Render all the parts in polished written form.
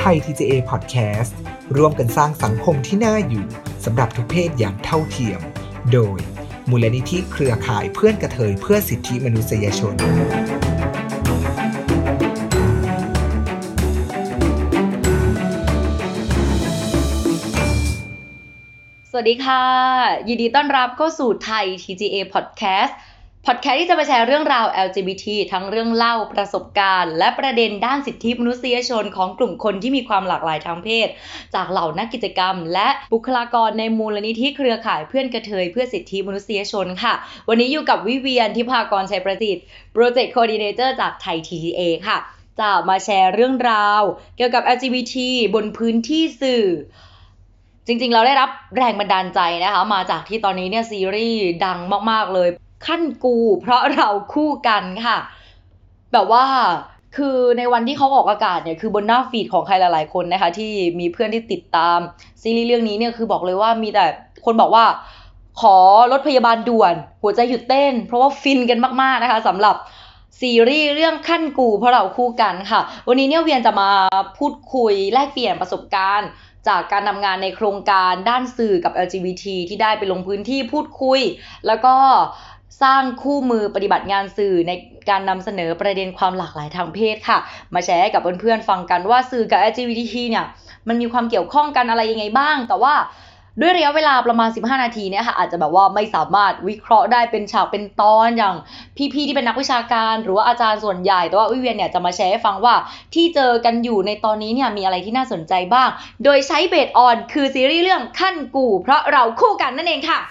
ย TJA Podcast ร่วมกันสร้างสังคมที่น่าอยู่สำหรับทุกเพศอย่างเท่าเทียมโดยมูลนิธิเครือข่ายเพื่อนกระเทยเพื่อสิทธิมนุษยชนสวัสดีค่ะยินดีต้อนรับเข้าสู่ไทย TJA Podcast ที่จะมาแชร์เรื่องราว LGBT ทั้งเรื่องเล่าประสบการณ์และประเด็นด้านสิทธิมนุษยชนของกลุ่มคนที่มีความหลากหลายทางเพศจากเหล่านักกิจกรรมและบุคลากรในมูลนิธิเครือข่ายเพื่อนกระเทยเพื่อสิทธิมนุษยชนค่ะวันนี้อยู่กับวิเวียนทิพากรชัยประสิทธิ์ Project Coordinator จากไทย TJA ค่ะจะมาแชร์เรื่องราวเกี่ยวกับ LGBT บนพื้นที่สื่อจริงๆเราได้รับแรงบันดาลใจนะคะมาจากที่ตอนนี้เนี่ยซีรีส์ดังมากๆเลยขั้นกูเพราะเราคู่กันค่ะแบบว่าคือในวันที่เขาออกอากาศเนี่ยคือบนหน้าฟีดของใครหลายๆคนนะคะที่มีเพื่อนที่ติดตามซีรีส์เรื่องนี้เนี่ยคือบอกเลยว่ามีแต่คนบอกว่าขอรถพยาบาลด่วนหัวใจหยุดเต้นเพราะว่าฟินกันมากๆนะคะสำหรับซีรีส์เรื่องขั้นกูเพราะเราคู่กันค่ะวันนี้เนี่ยเวียนจะมาพูดคุยแลกเปลี่ยนประสบการณ์จากการทำงานในโครงการด้านสื่อกับ LGBT ที่ได้ไปลงพื้นที่พูดคุยแล้วก็สร้างคู่มือปฏิบัติงานสื่อในการนำเสนอประเด็นความหลากหลายทางเพศค่ะมาแชร์ให้กับเพื่อนๆฟังกันว่าสื่อกับ LGBT เนี่ยมันมีความเกี่ยวข้องกันอะไรยังไงบ้างแต่ว่าด้วยระยะเวลาประมาณ15นาทีเนี่ยค่ะอาจจะแบบว่าไม่สามารถวิเคราะห์ได้เป็นฉากเป็นตอนอย่างพี่ๆที่เป็นนักวิชาการหรือว่าอาจารย์ส่วนใหญ่แต่ว่าวิเวียนเนี่ยจะมาแชร์ให้ฟังว่าที่เจอกันอยู่ในตอนนี้เนี่ยมีอะไรที่น่าสนใจบ้างโดยใช้เบสออนคือซีรีส์เรื่องขั้นกูเพราะเราคู่กันนั่นเองค่ะ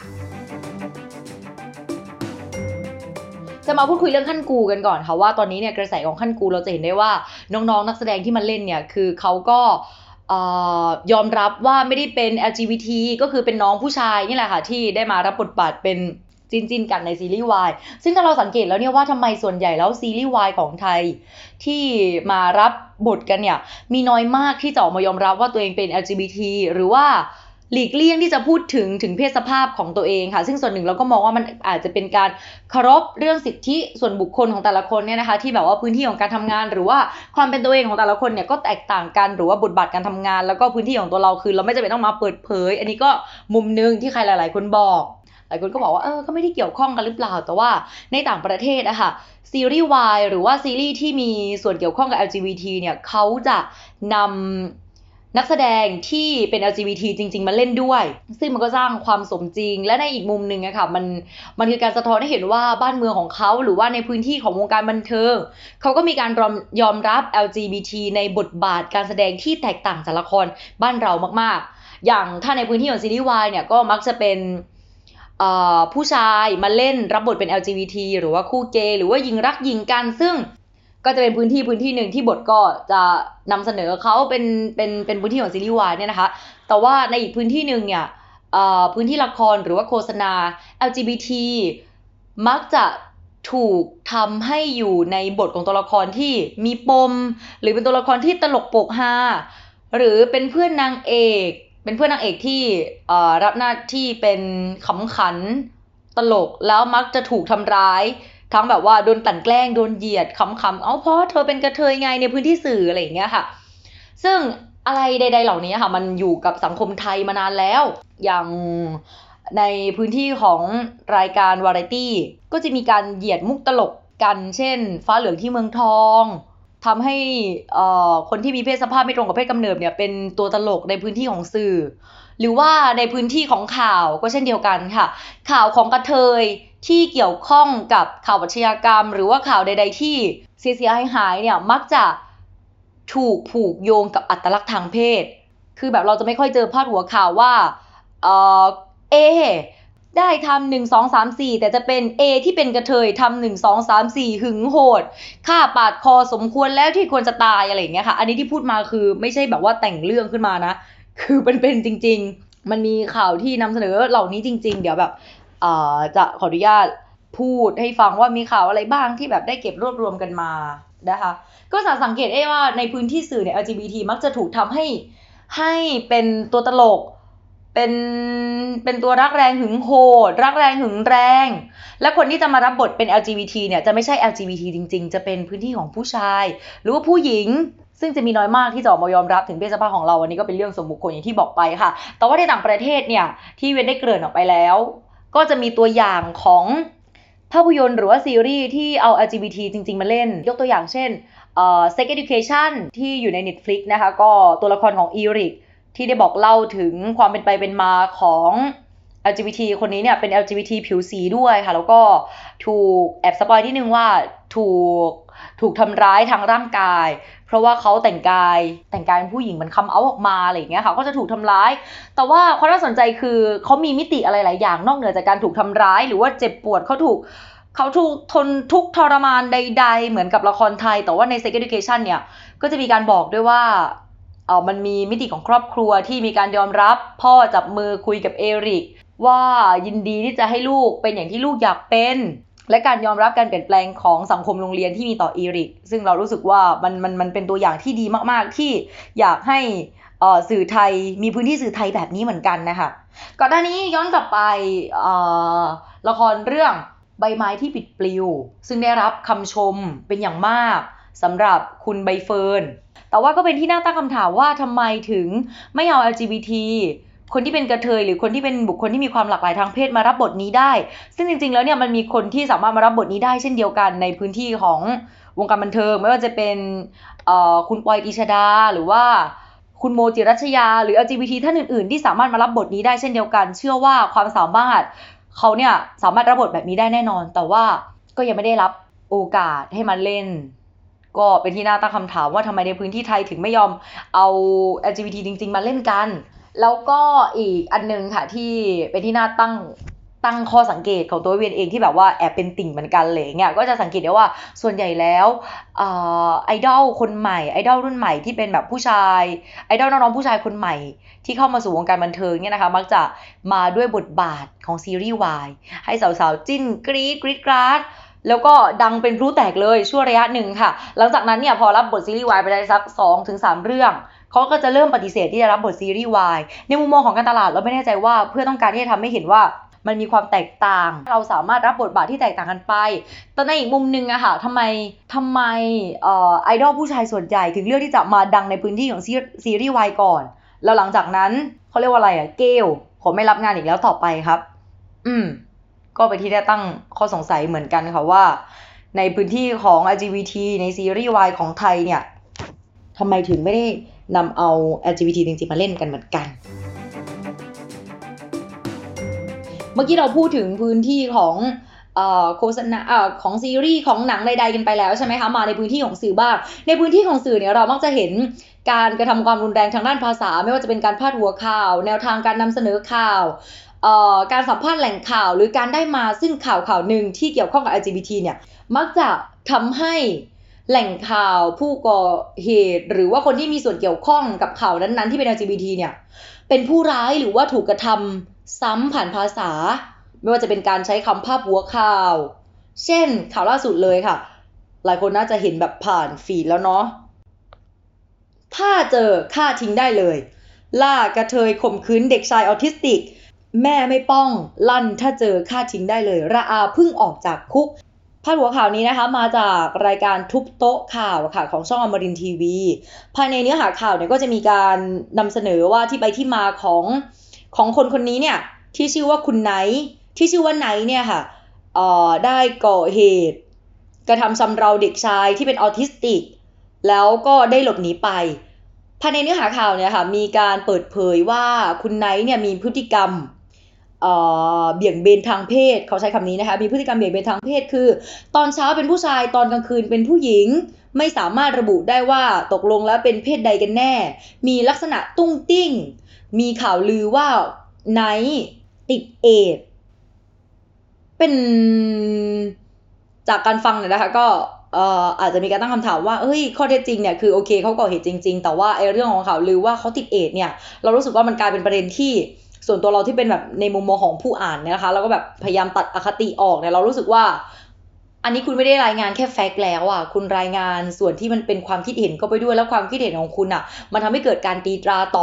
จะมาพูดคุยเรื่องขั้นกูกันก่อนค่ะว่าตอนนี้เนี่ยกระแสของขั้นกูเราจะเห็นได้ว่าน้องๆนักแสดงที่มาเล่นเนี่ยคือเขาก็ยอมรับว่าไม่ได้เป็น LGBT ก็คือเป็นน้องผู้ชายนี่แหละค่ะที่ได้มารับบทบาทเป็นจินกันในซีรีส์ Y ซึ่งถ้าเราสังเกตแล้วเนี่ยว่าทำไมส่วนใหญ่แล้วซีรีส์ Y ของไทยที่มารับบทกันเนี่ยมีน้อยมากที่จะออกมายอมรับว่าตัวเองเป็น LGBT หรือว่าหลีกเลี่ยงที่จะพูดถึงเพศสภาพของตัวเองค่ะซึ่งส่วนหนึ่งเราก็มองว่ามันอาจจะเป็นการเคารพเรื่องสิทธิส่วนบุคคลของแต่ละคนเนี่ยนะคะที่แบบว่าพื้นที่ของการทำงานหรือว่าความเป็นตัวเองของแต่ละคนเนี่ยก็แตกต่างกันหรือว่าบทบาทการทำงานแล้วก็พื้นที่ของตัวเราคือเราไม่จำเป็นต้องมาเปิดเผยอันนี้ก็มุมนึงที่ใครหลายๆคนบอกหลายคนก็บอกว่าก็ไม่ได้เกี่ยวข้องกันหรือเปล่าแต่ว่าในต่างประเทศอะค่ะซีรีส์ Y หรือว่าซีรีส์ที่มีส่วนเกี่ยวข้องกับ LGBT เนี่ยเขาจะนำนักแสดงที่เป็น LGBT จริงๆมาเล่นด้วยซึ่งมันก็สร้างความสมจริงและในอีกมุมนึงอะค่ะมันคือการสะท้อนให้เห็นว่าบ้านเมืองของเขาหรือว่าในพื้นที่ของวงการบันเทิงเขาก็มีการยอมรับ LGBT ในบทบาทการแสดงที่แตกต่างจากละครบ้านเรามากๆอย่างถ้าในพื้นที่ของซีรีส์ Y เนี่ยก็มักจะเป็นผู้ชายมาเล่นรับบทเป็น LGBT หรือว่าคู่เกย์หรือว่าหญิงรักหญิงกันซึ่งก็จะเป็นพื้นที่หนึ่งที่บทก็จะนำเสนอเขาเป็นพื้นที่ของซีรีส์ Y เนี่ยนะคะแต่ว่าในอีกพื้นที่หนึ่งเนี่ยพื้นที่ละครหรือว่าโฆษณา LGBT มักจะถูกทำให้อยู่ในบทของตัวละครที่มีปมหรือเป็นตัวละครที่ตลกโปกฮาหรือเป็นเพื่อนนางเอกที่รับหน้าที่เป็นขำขันตลกแล้วมักจะถูกทำร้ายทั้งแบบว่าโดนกลั่นแกล้งโดนเหยียดขำๆเพราะเธอเป็นกระเทยไงในพื้นที่สื่ออะไรอย่างเงี้ยค่ะซึ่งอะไรใดๆเหล่านี้ค่ะมันอยู่กับสังคมไทยมานานแล้วอย่างในพื้นที่ของรายการวาไรตี้ก็จะมีการเหยียดมุกตลกกันเช่นฟ้าเหลืองที่เมืองทองทำให้คนที่มีเพศสภาพไม่ตรงกับเพศกำเนิดเนี่ยเป็นตัวตลกในพื้นที่ของสื่อหรือว่าในพื้นที่ของข่าวก็เช่นเดียวกันค่ะข่าวของกระเทยที่เกี่ยวข้องกับข่าวอาชญากรรมหรือว่าข่าวใดๆที่เสียหายเนี่ยมักจะถูกผูกโยงกับอัตลักษณ์ทางเพศคือแบบเราจะไม่ค่อยเจอพาดหัวข่าวว่าA ได้ทำ1 2 3 4แต่จะเป็น A ที่เป็นกระเทยทำ1 2 3 4หึงโหดฆ่าปาดคอสมควรแล้วที่ควรจะตายอะไรอย่างเงี้ยค่ะอันนี้ที่พูดมาคือไม่ใช่แบบว่าแต่งเรื่องขึ้นมานะคือเป็นจริงๆมันมีข่าวที่นำเสนอเหล่านี้จริงๆเดี๋ยวแบบจะขออนุญาตพูดให้ฟังว่ามีข่าวอะไรบ้างที่แบบได้เก็บรวบรวมกันมานะคะก็สังเกตได้ว่าในพื้นที่สื่อเนี่ย LGBT มักจะถูกทำให้เป็นตัวตลกเป็นเป็นตัวรักแรงหึงโหดรักแรงหึงแรงและคนที่จะมารับบทเป็น LGBT เนี่ยจะไม่ใช่ LGBT จริงๆจะเป็นพื้นที่ของผู้ชายหรือว่าผู้หญิงซึ่งจะมีน้อยมากที่จะออกมายอมรับถึงเพศสภาพของเราอันนี้ก็เป็นเรื่องส่วนบุคคลอย่างที่บอกไปค่ะแต่ว่าในต่างประเทศเนี่ยที่เวนได้เกริ่นออกไปแล้วก็จะมีตัวอย่างของภาพยนตร์หรือว่าซีรีส์ที่เอา LGBT จริงๆมาเล่นยกตัวอย่างเช่นSex Education ที่อยู่ใน Netflix นะคะก็ตัวละครของอีริกที่ได้บอกเล่าถึงความเป็นไปเป็นมาของ LGBT คนนี้เนี่ยเป็น LGBT ผิวสีด้วยค่ะแล้วก็ถูกแอบสปอยนิดนึงว่าถูกทำร้ายทางร่างกายเพราะว่าเขาแต่งกายเป็นผู้หญิงมันคัมเอาท์ออกมาอะไรอย่างเงี้ยค่ะก็จะถูกทำร้ายแต่ว่าความน่าสนใจคือเขามีมิติอะไรหลายอย่างนอกเหนือจากการถูกทำร้ายหรือว่าเจ็บปวดเขาถูกทนทุกข์ทรมานใดๆเหมือนกับละครไทยแต่ว่าใน Sex Education เนี่ยก็จะมีการบอกด้วยว่ามันมีมิติของครอบครัวที่มีการยอมรับพ่อจับมือคุยกับเอริกว่ายินดีที่จะให้ลูกเป็นอย่างที่ลูกอยากเป็นและการยอมรับการเปลี่ยนแปลงของสังคมโรงเรียนที่มีต่อเอริกซึ่งเรารู้สึกว่ามันเป็นตัวอย่างที่ดีมากๆที่อยากให้สื่อไทยมีพื้นที่สื่อไทยแบบนี้เหมือนกันนะคะก่อนหน้านี้ย้อนกลับไปละครเรื่องใบไม้ที่ปิดปลิวซึ่งได้รับคำชมเป็นอย่างมากสำหรับคุณใบเฟิร์นแต่ว่าก็เป็นที่น่าตั้งคำถามว่าทำไมถึงไม่เอา LGBT คนที่เป็นกระเทยหรือคนที่เป็นบุคคลที่มีความหลากหลายทางเพศมารับบทนี้ได้ซึ่งจริงๆแล้วเนี่ยมันมีคนที่สามารถมารับบทนี้ได้เช่นเดียวกันในพื้นที่ของวงการบันเทิงไม่ว่าจะเป็นคุณปอยตรีชดาหรือว่าคุณโมจิรัชยาหรือ LGBT ท่านอื่นๆที่สามารถมารับบทนี้ได้เช่นเดียวกันเชื่อว่าความสามารถเขาเนี่ยสามารถรับบทแบบนี้ได้แน่นอนแต่ว่าก็ยังไม่ได้รับโอกาสให้มาเล่นก็เป็นที่น่าตั้งคำถามว่าทำไมในพื้นที่ไทยถึงไม่ยอมเอา LGBT จริงๆมาเล่นกันแล้วก็อีกอันนึงค่ะที่เป็นที่น่าตั้งข้อสังเกตของตัวเวียนเองที่แบบว่าแอบเป็นติ่งเหมือนกันเลยเนี่ยก็จะสังเกตได้ว่าส่วนใหญ่แล้วไอดอลคนใหม่ไอดอลรุ่นใหม่ที่เป็นแบบผู้ชายไอดอลน้องๆผู้ชายคนใหม่ที่เข้ามาสู่วงการบันเทิงเนี่ยนะคะมักจะมาด้วยบทบาทของซีรีส์วายให้สาวๆจิ้นกรี๊ดกราดแล้วก็ดังเป็นพลุแตกเลยชั่วระยะหนึ่งค่ะหลังจากนั้นเนี่ยพอรับบทซีรีส์วายไปได้สัก 2-3 เรื่องเขาก็จะเริ่มปฏิเสธที่จะรับบทซีรีส์วายในมุมมองของการตลาดเราไม่แน่ใจว่าเพื่อต้องการที่จะทำให้เห็นว่ามันมีความแตกต่างเราสามารถรับบทบาทที่แตกต่างกันไปแต่ในอีกมุมนึงอะค่ะทำไมไอดอลผู้ชายส่วนใหญ่ถึงเลือกที่จะมาดังในพื้นที่ของซีรีส์วายก่อนแล้วหลังจากนั้นเขาเรียกว่าอะไรอะเกลขอไม่รับงานอีกแล้วต่อไปครับก็ไปที่ได้ตั้งข้อสงสัยเหมือนกันค่ะว่าในพื้นที่ของ LGBT ในซีรีส์วายของไทยเนี่ยทำไมถึงไม่ได้นำเอา LGBT จริงๆมาเล่นกันเหมือนกันเมื่อกี้เราพูดถึงพื้นที่ของโฆษณาของซีรีส์ของหนังใดๆกันไปแล้วใช่ไหมคะมาในพื้นที่ของสื่อบ้างในพื้นที่ของสื่อเนี่ยเรามักจะเห็นการกระทำความรุนแรงทางด้านภาษาไม่ว่าจะเป็นการพาดหัวข่าวแนวทางการนำเสนอข่าวการสัมภาษณ์แหล่งข่าวหรือการได้มาซึ่งข่าวหนึ่งที่เกี่ยวข้องกับ LGBT เนี่ยมักจะทำให้แหล่งข่าวผู้ก่อเหตุหรือว่าคนที่มีส่วนเกี่ยวข้องกับข่าวนั้นๆที่เป็น LGBT เนี่ยเป็นผู้ร้ายหรือว่าถูกกระทำซ้ำผ่านภาษาไม่ว่าจะเป็นการใช้คำภาพหัวข่าวเช่นข่าวล่าสุดเลยค่ะหลายคนน่าจะเห็นแบบผ่านฟีดแล้วเนาะถ้าเจอฆ่าทิ้งได้เลยล่ากระเทยข่มขืนเด็กชายออทิสติกแม่ไม่ป้องลั่นถ้าเจอฆ่าทิ้งได้เลยระอาเพิ่งออกจากคุกพาดหัวข่าวนี้นะคะมาจากรายการทุบโต๊ะข่าวค่ะของช่องอมรินทร์ทีวีภายในเนื้อหาข่าวเนี่ยก็จะมีการนำเสนอว่าที่ไปที่มาของคนนี้เนี่ยที่ชื่อว่าคุณไนท์ที่ชื่อว่าไนท์เนี่ยค่ะได้ก่อเหตุกระทำชำเราเด็กชายที่เป็นออทิสติกแล้วก็ได้หลบหนีไปภายในเนื้อหาข่าวเนี่ยค่ะมีการเปิดเผยว่าคุณไนท์เนี่ยมีพฤติกรรมเบี่ยงเบนทางเพศเขาใช้คำนี้นะคะมีพฤติกรรมเบี่ยงเบนทางเพศคือตอนเช้าเป็นผู้ชายตอนกลางคืนเป็นผู้หญิงไม่สามารถระบุได้ว่าตกลงแล้วเป็นเพศใดกันแน่มีลักษณะตุ้งติ้งมีข่าวลือว่าไนท์ติดเอดส์เป็นจากการฟังเนี่ยนะคะก็อาจจะมีการตั้งคำถามว่าข้อเท็จจริงเนี่ยคือโอเคเขาก่อเหตุจริงๆแต่ว่าไอ้เรื่องของข่าวลือว่าเขาติดเอดส์เนี่ยเรารู้สึกว่ามันกลายเป็นประเด็นที่ส่วนตัวเราที่เป็นแบบในมุมมองของผู้อ่านเนี่ยนะคะแล้วก็แบบพยายามตัดอคติออกเนี่ยเรารู้สึกว่าอันนี้คุณไม่ได้รายงานแค่แฟกต์แล้วอ่ะคุณรายงานส่วนที่มันเป็นความคิดเห็นเข้าไปด้วยแล้วความคิดเห็นของคุณอ่ะมันทำให้เกิดการตีตราต่อ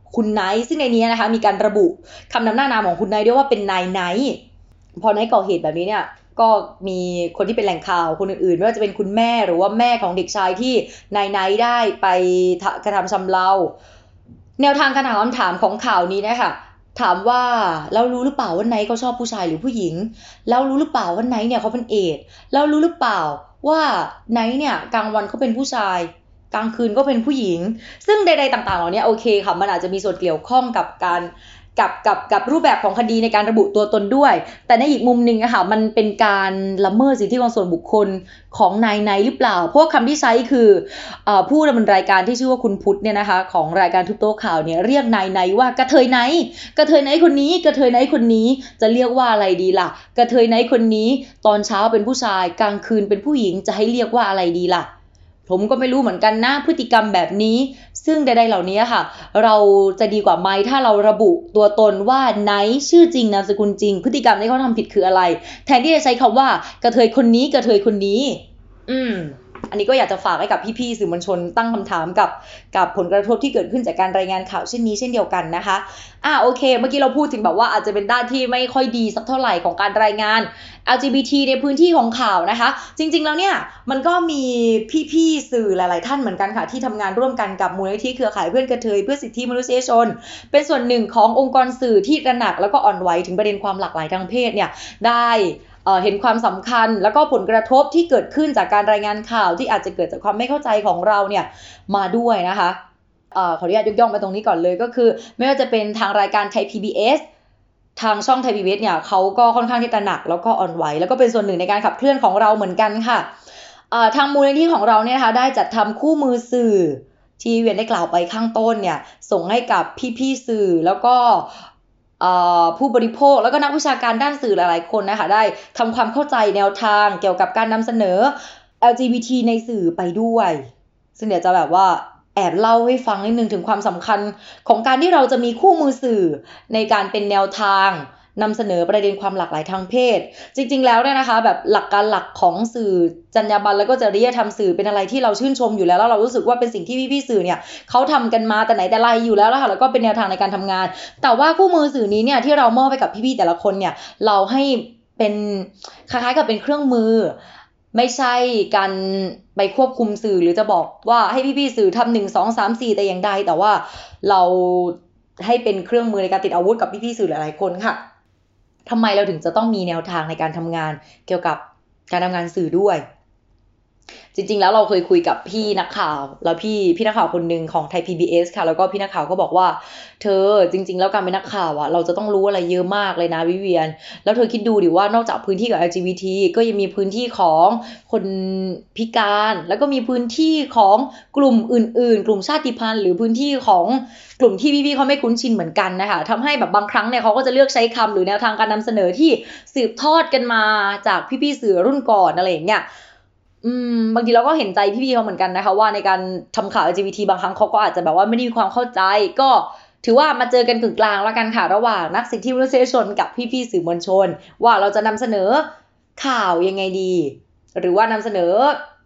คุณไนท์ซึ่งในนี้นะคะมีการระบุคำนำหน้านามของคุณไนท์ด้วยว่าเป็นนายไนท์พอไนท์ก่อเหตุแบบนี้เนี่ยก็มีคนที่เป็นแหล่งข่าวคนอื่นๆไม่ว่าจะเป็นคุณแม่หรือว่าแม่ของเด็กชายที่นายไนท์ได้ไปกระทำชำเราแนวทางการถามคำถามของข่าวนี้นะคะถามว่าแล้วรู้หรือเปล่าว่าไนท์เขาชอบผู้ชายหรือผู้หญิงแล้วรู้หรือเปล่าว่าไนท์เนี่ยเขาเป็นเอดส์แล้วรู้หรือเปล่าว่าไนท์เนี่ยกลางวันเขาเป็นผู้ชายกลางคืนก็เป็นผู้หญิงซึ่งใดๆต่างๆเหล่านี้โอเคค่ะมันอาจจะมีส่วนเกี่ยวข้องกับการกับรูปแบบของคดีในการระบุตัวตนด้วยแต่ในอีกมุมนึงอะค่ะมันเป็นการละเมิดสิทธิของส่วนบุคคลของนายไนท์หรือเปล่าเพราะคำที่ใช้คือผู้ดำเนินรายการที่ชื่อว่าคุณพุทธเนี่ยนะคะของรายการทุบโต๊ะข่าวเนี่ยเรียกนายไนท์ว่ากระเทยไนท์กระเทยไนท์คนนี้กระเทยไนท์คนนี้จะเรียกว่าอะไรดีล่ะกระเทยไนท์คนนี้ตอนเช้าเป็นผู้ชายกลางคืนเป็นผู้หญิงจะให้เรียกว่าอะไรดีล่ะผมก็ไม่รู้เหมือนกันนะพฤติกรรมแบบนี้ซึ่งใดๆเหล่านี้ค่ะเราจะดีกว่าไหมถ้าเราระบุตัวตนว่าไนท์ชื่อจริงนามสกุลจริงพฤติกรรมที่เขาทำผิดคืออะไรแทนที่จะใช้คำว่ากระเทยคนนี้กระเทยคนนี้อันนี้ก็อยากจะฝากให้กับพี่ๆสื่อมวลชนตั้งคำถามกับผลกระทบที่เกิดขึ้นจากการรายงานข่าวเช่นนี้เช่นเดียวกันนะคะโอเคเมื่อกี้เราพูดถึงแบบว่าอาจจะเป็นด้านที่ไม่ค่อยดีสักเท่าไหร่ของการรายงาน LGBT ในพื้นที่ของข่าวนะคะจริงๆแล้วเนี่ยมันก็มีพี่ๆสื่อหลายๆท่านเหมือนกันค่ะที่ทำงานร่วมกันกับมูลนิธิเครือข่ายเพื่อนกระเทยเพื่อสิทธิมนุษยชนเป็นส่วนหนึ่งขององค์กรสื่อที่ตระหนักแล้วก็อ่อนไหวถึงประเด็นความหลากหลายทางเพศเนี่ยได้เห็นความสำคัญแล้วก็ผลกระทบที่เกิดขึ้นจากการรายงานข่าวที่อาจจะเกิดจากความไม่เข้าใจของเราเนี่ยมาด้วยนะคะขออนุญาตยกย่องไปตรงนี้ก่อนเลยก็คือไม่ว่าจะเป็นทางรายการไทย PBS ทางช่องไทย PBS เนี่ยเขาก็ค่อนข้างที่ตระหนักแล้วก็อ่อนไหวแล้วก็เป็นส่วนหนึ่งในการขับเคลื่อนของเราเหมือนกันค่ะทางมูลนิธิของเราเนี่ยนะคะได้จัดทำคู่มือสื่อที่เวียนได้กล่าวไปข้างต้นเนี่ยส่งให้กับพี่ๆสื่อแล้วก็ผู้บริโภคแล้วก็นักวิชาการด้านสื่อหลายๆคนนะคะได้ทำความเข้าใจแนวทางเกี่ยวกับการนำเสนอ LGBT ในสื่อไปด้วยซึ่งเดี๋ยวจะแบบว่าแอบเล่าให้ฟังนิดนึงถึงความสำคัญของการที่เราจะมีคู่มือสื่อในการเป็นแนวทางนำเสนอประเด็นความหลากหลายทางเพศจริงๆแล้วเนี่ยนะคะแบบหลักการหลักของสื่อจรรยาบรรณแล้วก็จริยธรรมสื่อเป็นอะไรที่เราชื่นชมอยู่แล้วเรารู้สึกว่าเป็นสิ่งที่พี่ๆสื่อเนี่ยเขาทำกันมาแต่ไหนแต่ไรอยู่แล้วค่ะแล้วก็เป็นแนวทางในการทำงานแต่ว่าคู่มือสื่อนี้เนี่ยที่เรามอบไปกับพี่ๆแต่ละคนเนี่ยเราให้เป็นคล้ายๆกับเป็นเครื่องมือไม่ใช่การไปควบคุมสื่อหรือจะบอกว่าให้พี่ๆสื่อทำ1 2 3 4แต่อย่างใดแต่ว่าเราให้เป็นเครื่องมือในการติดอาวุธกับพี่ๆสื่อหลายๆคนค่ะทำไมเราถึงจะต้องมีแนวทางในการทำงานเกี่ยวกับการทำงานสื่อด้วยจริงๆแล้วเราเคยคุยกับพี่นักข่าวแล้วพี่นักข่าวคนนึงของไทย PBS ค่ะแล้วก็พี่นักข่าวก็บอกว่าเธอจริงๆแล้วการเป็นนักข่าวอ่ะเราจะต้องรู้อะไรเยอะมากเลยนะวิเวียนแล้วเธอคิดดูดิว่านอกจากพื้นที่กับ LGBT ก็ยังมีพื้นที่ของคนพิการแล้วก็มีพื้นที่ของกลุ่มอื่นๆกลุ่มชาติพันธุ์หรือพื้นที่ของกลุ่มที่พี่ๆเขาไม่คุ้นชินเหมือนกันนะคะทำให้แบบบางครั้งเนี่ยเขาก็จะเลือกใช้คำหรือแนวทางการนำเสนอที่สืบทอดกันมาจากพี่ๆสื่อรุ่นก่อนอะไรอย่างเงี้ยบางทีเราก็เห็นใจพี่ๆเขาเหมือนกันนะคะว่าในการทำข่าว LGBT บางครั้งเขาก็อาจจะแบบว่าไม่ได้มีความเข้าใจก็ถือว่ามาเจอกันกึ่งกลางแล้วกันค่ะระหว่างนักสิทธิมนุษยชนกับพี่ๆสื่อมวลชนว่าเราจะนำเสนอข่าวยังไงดีหรือว่านำเสนอ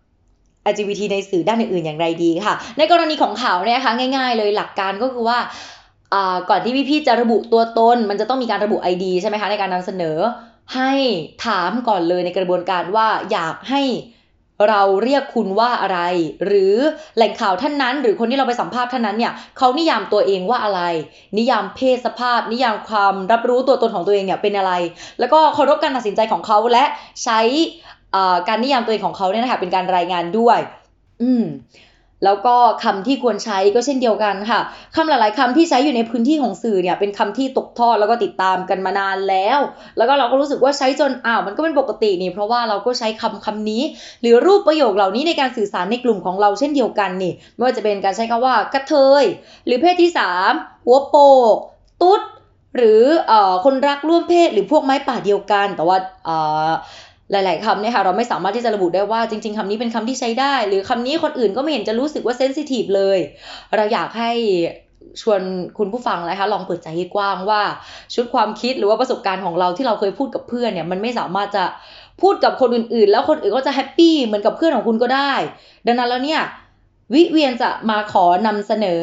LGBT ในสื่อด้านอื่นๆอย่างไรดีค่ะในกรณีของข่าวเนี่ยค่ะง่ายๆเลยหลักการก็คือว่าก่อนที่พี่ๆจะระบุตัวตนมันจะต้องมีการระบุ ID ใช่ไหมคะในการนำเสนอให้ถามก่อนเลยในกระบวนการว่าอยากให้เราเรียกคุณว่าอะไรหรือแหล่งข่าวท่านนั้นหรือคนที่เราไปสัมภาษณ์ท่านนั้นเนี่ยเขานิยามตัวเองว่าอะไรนิยามเพศสภาพนิยามความรับรู้ตัวตนของตัวเองเนี่ยเป็นอะไรแล้วก็เคารพการตัดสินใจของเขาและใช้การนิยามตัวเองของเขาเนี่ยนะคะเป็นการรายงานด้วยแล้วก็คำที่ควรใช้ก็เช่นเดียวกันค่ะคำหลายๆคำที่ใช้อยู่ในพื้นที่ของสื่อเนี่ยเป็นคำที่ตกทอดแล้วก็ติดตามกันมานานแล้วก็เราก็รู้สึกว่าใช้จนมันก็เป็นปกตินี่เพราะว่าเราก็ใช้คำนี้หรือรูปประโยคเหล่านี้ในการสื่อสารในกลุ่มของเราเช่นเดียวกันนี่ไม่ว่าจะเป็นการใช้คำว่ากระเทยหรือเพศที่3หัวโปกตุ๊ดหรือคนรักร่วมเพศหรือพวกไม้ป่าเดียวกันแต่ว่าหลายๆคำเนี่ยค่ะเราไม่สามารถที่จะระบุได้ว่าจริงๆคำนี้เป็นคำที่ใช้ได้หรือคำนี้คนอื่นก็ไม่เห็นจะรู้สึกว่าเซนซิทีฟเลยเราอยากให้ชวนคุณผู้ฟังนะคะลองเปิดใจให้กว้างว่าชุดความคิดหรือว่าประสบการณ์ของเราที่เราเคยพูดกับเพื่อนเนี่ยมันไม่สามารถจะพูดกับคนอื่นๆแล้วคนอื่นก็จะแฮปปี้เหมือนกับเพื่อนของคุณก็ได้ดังนั้นแล้วเนี่ยวิเวียนจะมาขอนำเสนอ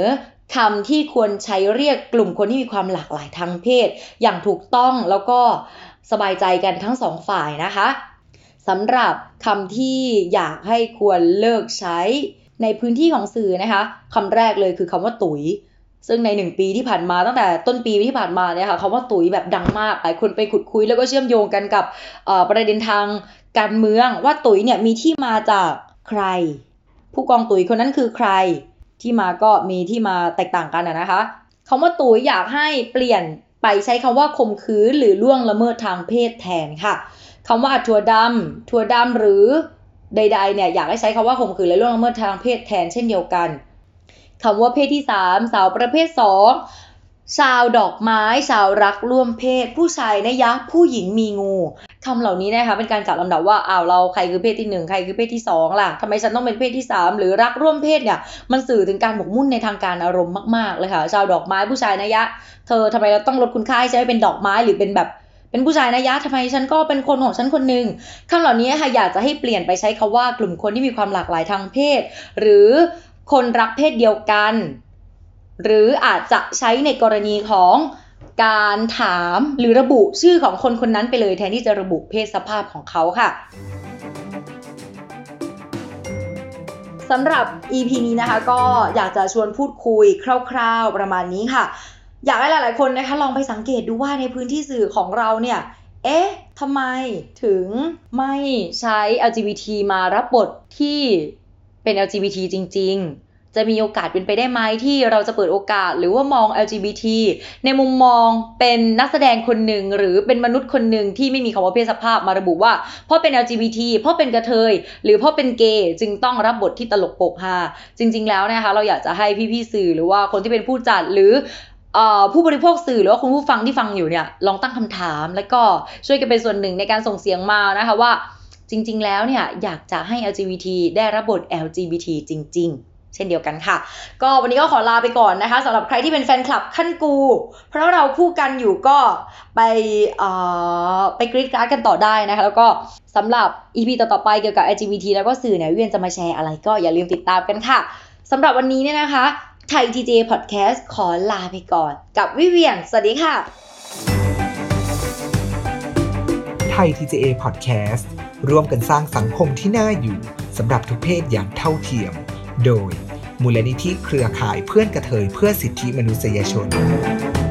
คำที่ควรใช้เรียกกลุ่มคนที่มีความหลากหลายทางเพศอย่างถูกต้องแล้วก็สบายใจกันทั้งสองฝ่ายนะคะสำหรับคำที่อยากให้ควรเลิกใช้ในพื้นที่ของสื่อนะคะคำแรกเลยคือคำว่าตุ๋ยซึ่งใน1ปีที่ผ่านมาตั้งแต่ต้นปีที่ผ่านมาเนี่ยค่ะคำว่าตุ๋ยแบบดังมากหลายคนไปขุดคุยแล้วก็เชื่อมโยงกันกับประเด็นทางการเมืองว่าตุ๋ยเนี่ยมีที่มาจากใครผู้กองตุ๋ยคนนั้นคือใครที่มาก็มีที่มาแตกต่างกันนะคะคำว่าตุ๋ยอยากให้เปลี่ยนไปใช้คำว่าข่มขืนหรือล่วงละเมิดทางเพศแทนค่ะคำว่าถั่วดำหรือใดๆเนี่ยอยากให้ใช้คำว่าข่มขืนและล่วงละเมิดทางเพศแทนเช่นเดียวกันคำว่าเพศที่3สาวประเภท2ชาวดอกไม้ชาวรักร่วมเพศผู้ชายนะยะผู้หญิงมีงูคำเหล่านี้นะคะเป็นการจัดลำดับว่าเราใครคือเพศที่1ใครคือเพศที่2ล่ะทำไมฉันต้องเป็นเพศที่3หรือรักร่วมเพศเนี่ยมันสื่อถึงการหมกมุ่นในทางการอารมณ์มากๆเลยค่ะชาวดอกไม้ผู้ชายนะยะเธอทำไมเราต้องลดคุณค่าให้ฉันเป็นดอกไม้หรือเป็นแบบเป็นผู้ชายนะยะทำไมฉันก็เป็นคนของฉันคนนึงคำเหล่านี้ค่ะอยากจะให้เปลี่ยนไปใช้คำว่ากลุ่มคนที่มีความหลากหลายทางเพศหรือคนรักเพศเดียวกันหรืออาจจะใช้ในกรณีของการถามหรือระบุชื่อของคนคนนั้นไปเลยแทนที่จะระบุเพศสภาพของเขาค่ะสำหรับ EP นี้นะคะก็อยากจะชวนพูดคุยคร่าวๆประมาณนี้ค่ะอยากให้หลายๆคนนะคะลองไปสังเกตดูว่าในพื้นที่สื่อของเราเนี่ยทำไมถึงไม่ใช้ LGBT มารับบทที่เป็น LGBT จริงๆจะมีโอกาสเป็นไปได้ไหมที่เราจะเปิดโอกาสหรือว่ามอง LGBT ในมุมมองเป็นนักแสดงคนหนึ่งหรือเป็นมนุษย์คนหนึ่งที่ไม่มีคำว่าเพศสภาพมาระบุว่าเพราะเป็น LGBT เพราะเป็นกระเทยหรือเพราะเป็นเกย์จึงต้องรับบทที่ตลกโปกฮาจริงๆแล้วนะคะเราอยากจะให้พี่ๆสื่อหรือว่าคนที่เป็นผู้จัดหรือผู้บริโภคสื่อหรือว่าคุณผู้ฟังที่ฟังอยู่เนี่ยลองตั้งคำถามแล้วก็ช่วยกันเป็นส่วนหนึ่งในการส่งเสียงมานะคะว่าจริงๆแล้วเนี่ยอยากจะให้ LGBT ได้รับบท LGBT จริงๆเช่นเดียวกันค่ะก็วันนี้ก็ขอลาไปก่อนนะคะสำหรับใครที่เป็นแฟนคลับขั้นกูเพราะเราคู่กันอยู่ก็ไปกรี๊ดกราดกันต่อได้นะคะแล้วก็สำหรับ EP ต่อๆไปเกี่ยวกับ LGBT แล้วก็สื่อเนี่ยวิเวียนจะมาแชร์อะไรก็อย่าลืมติดตามกันค่ะสำหรับวันนี้เนี่ยนะคะไทย TJ Podcast ขอลาไปก่อนกับวิเวียนสวัสดีค่ะไทย TJA Podcast ร่วมกันสร้างสังคมที่น่าอยู่สำหรับทุกเพศอย่างเท่าเทียมโดยมูลนิธิเครือข่ายเพื่อนกระเทยเพื่อสิทธิมนุษยชน